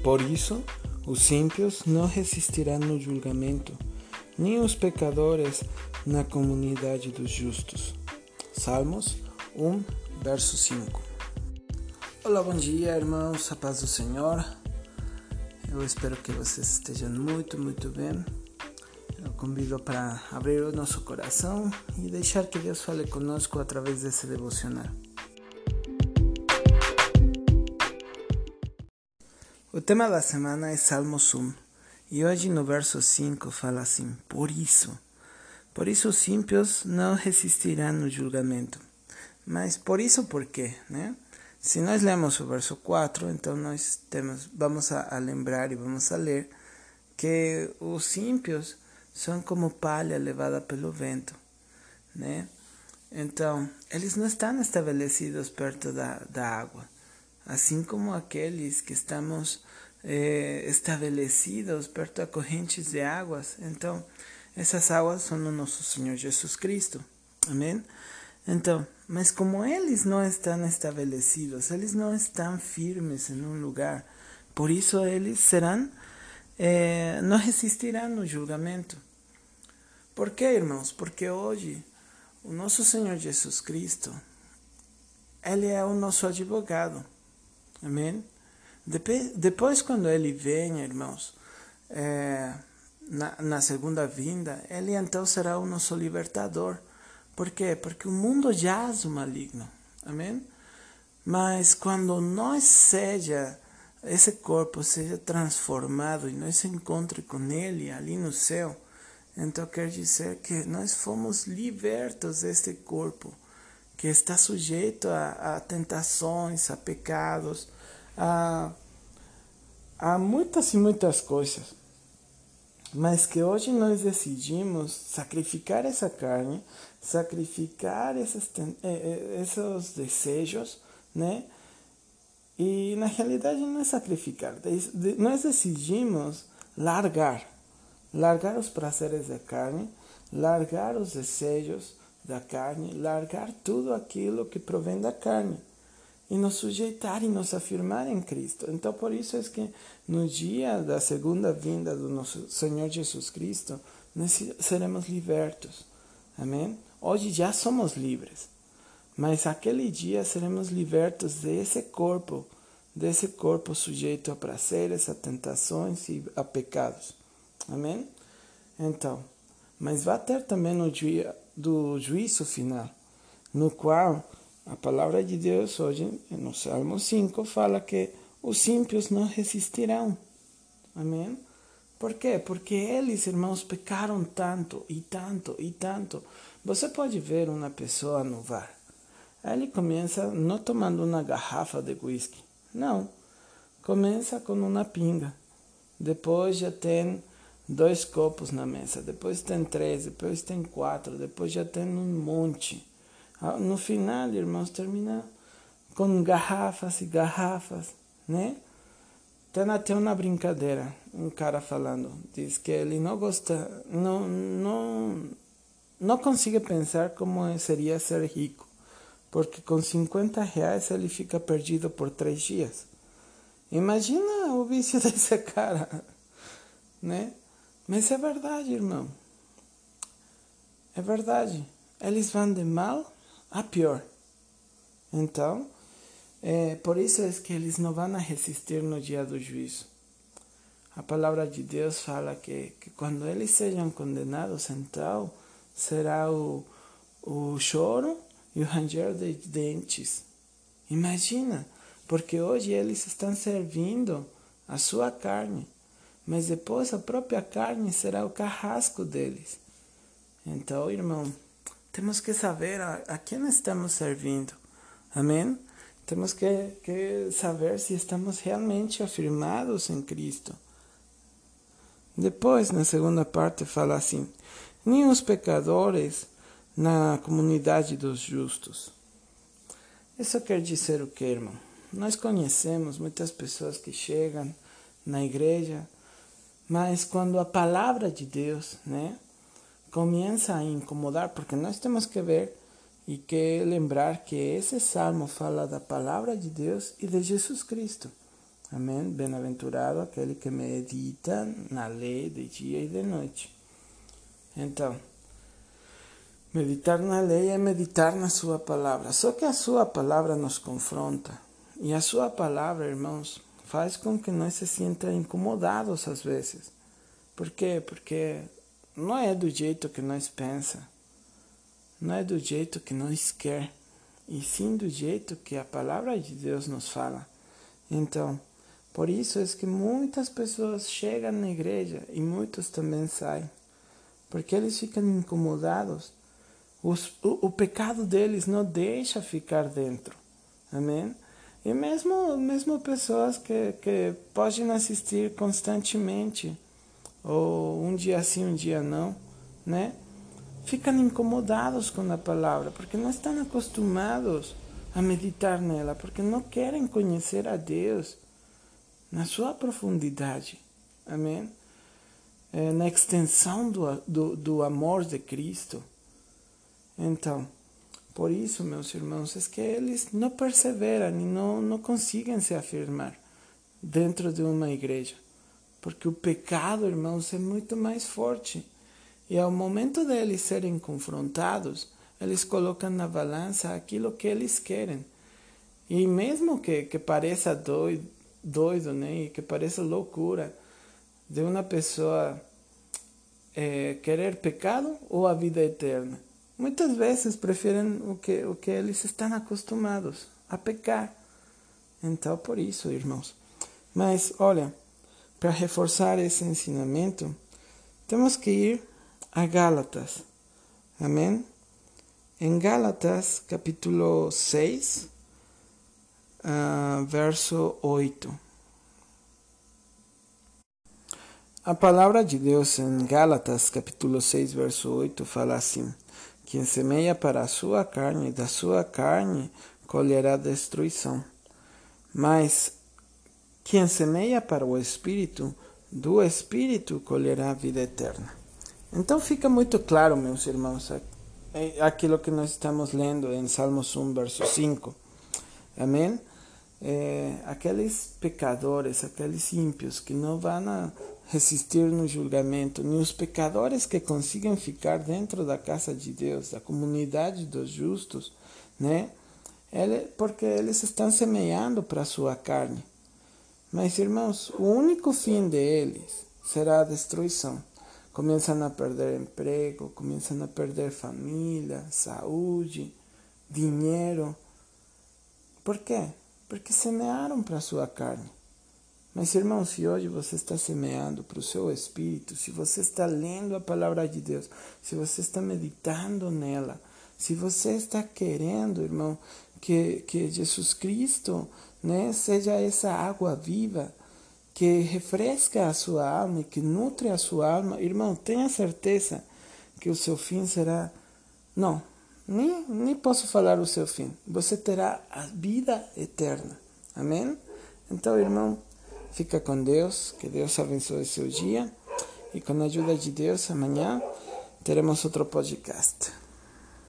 Por isso, os ímpios não resistirão no julgamento, nem os pecadores na comunidade dos justos. Salmos 1, verso 5. Olá, bom dia, irmãos, a paz do Senhor. Eu espero que vocês estejam muito bem. Eu convido para abrir o nosso coração e deixar que Deus fale conosco através desse devocional. O tema da semana é Salmos 1 e hoje no verso 5 fala assim: Por isso os ímpios não resistirão no julgamento. Mas por isso por quê, né? Se nós lemos o verso 4, então vamos a lembrar e vamos a ler que os ímpios são como palha levada pelo vento, né? Então, eles não estão estabelecidos perto da água, assim como aqueles que estamos estabelecidos perto de correntes de águas. Então, essas águas são o nosso Senhor Jesus Cristo. Amém? Então, mas como eles não estão estabelecidos, eles não estão firmes em um lugar, por isso eles não resistirão no julgamento. Por quê, irmãos? Porque hoje o nosso Senhor Jesus Cristo, Ele é o nosso advogado. Amém? Depois quando Ele vem, irmãos, na segunda vinda, Ele então será o nosso libertador. Por quê? Porque o mundo jaz o maligno. Amém? Mas quando esse corpo seja transformado e nós se encontre com Ele ali no céu, então quer dizer que nós fomos libertos deste corpo que está sujeito a tentações, a pecados, a muitas e muitas coisas. Mas que hoje nós decidimos sacrificar essa carne, sacrificar esses desejos, né? E na realidade não é sacrificar, nós decidimos largar os prazeres da carne, largar os desejos da carne, largar tudo aquilo que provém da carne e nos sujeitar e nos afirmar em Cristo. Então, por isso é que no dia da segunda vinda do nosso Senhor Jesus Cristo, nós seremos libertos. Amém? Hoje já somos livres, mas aquele dia seremos libertos desse corpo sujeito a prazeres, a tentações e a pecados. Amém? Então, mas vai ter também no dia do juízo final, no qual a palavra de Deus hoje, no Salmo 5, fala que os ímpios não resistirão. Amém? Por quê? Porque eles, irmãos, pecaram tanto e tanto e tanto. Você pode ver uma pessoa no bar. Ele começa não tomando uma garrafa de whisky. Não. Começa com uma pinga. Depois já tem 2 copos na mesa. Depois tem 3. Depois tem 4. Depois já tem um monte. No final, irmãos, termina com garrafas e garrafas, né? Tem até uma brincadeira, um cara falando, diz que ele não gosta, não consegue pensar como seria ser rico, porque com R$50 ele fica perdido por 3 dias. Imagina o vício desse cara, né? Mas é verdade, irmão. É verdade. Eles vão de mal a pior. Então, por isso é que eles não vão resistir no dia do juízo. A palavra de Deus fala que quando eles sejam condenados, então será o choro e o ranger de dentes. Imagina, porque hoje eles estão servindo a sua carne, mas depois a própria carne será o carrasco deles. Então, irmão, temos que saber a quem estamos servindo. Amém? Temos que saber se estamos realmente afirmados em Cristo. Depois, na segunda parte, fala assim: nem os pecadores na comunidade dos justos. Isso quer dizer o que, irmão? Nós conhecemos muitas pessoas que chegam na igreja, mas quando a palavra de Deus, né, começa a incomodar, porque nós temos que ver e que lembrar que esse salmo fala da palavra de Deus e de Jesus Cristo. Amém? Bem-aventurado aquele que medita na lei de dia e de noite. Então, meditar na lei é meditar na sua palavra. Só que a sua palavra nos confronta. E a sua palavra, irmãos, faz com que nós se sinta incomodados às vezes. Por quê? Porque não é do jeito que nós pensa. Não é do jeito que nós quer. E sim do jeito que a palavra de Deus nos fala. Então, por isso é que muitas pessoas chegam na igreja e muitos também saem. Porque eles ficam incomodados. O pecado deles não deixa ficar dentro. Amém? E mesmo pessoas que podem assistir constantemente, ou um dia sim, um dia não, né? Ficam incomodados com a palavra, porque não estão acostumados a meditar nela, porque não querem conhecer a Deus na sua profundidade. Amém? Na extensão do amor de Cristo. Então, por isso, meus irmãos, é que eles não perseveram e não conseguem se afirmar dentro de uma igreja. Porque o pecado, irmãos, é muito mais forte. E ao momento deles serem confrontados, eles colocam na balança aquilo que eles querem. E mesmo que pareça doido, né? E que pareça loucura de uma pessoa querer pecado ou a vida eterna. Muitas vezes preferem o que eles estão acostumados a pecar. Então, por isso, irmãos. Mas, olha, para reforçar esse ensinamento, temos que ir a Gálatas. Amém? Em Gálatas, capítulo 6, verso 8. A palavra de Deus em Gálatas, capítulo 6, verso 8, fala assim: quem semeia para a sua carne, da sua carne colherá destruição. Mas quem semeia para o Espírito, do Espírito colherá a vida eterna. Então fica muito claro, meus irmãos, aquilo que nós estamos lendo em Salmos 1, verso 5. Amém? Aqueles pecadores, aqueles ímpios que não vão resistir no julgamento, nem os pecadores que conseguem ficar dentro da casa de Deus, da comunidade dos justos, né? Porque eles estão semeando para a sua carne. Mas, irmãos, o único fim deles será a destruição. Começam a perder emprego, começam a perder família, saúde, dinheiro. Por quê? Porque semearam para a sua carne. Mas, irmão, se hoje você está semeando para o seu espírito, se você está lendo a palavra de Deus, se você está meditando nela, se você está querendo, irmão, que Jesus Cristo, né, seja essa água viva que refresca a sua alma e que nutre a sua alma, irmão, tenha certeza que o seu fim será... Não, nem posso falar o seu fim. Você terá a vida eterna. Amém? Então, irmão, fica com Deus, que Deus abençoe seu dia, e com a ajuda de Deus, amanhã teremos outro podcast.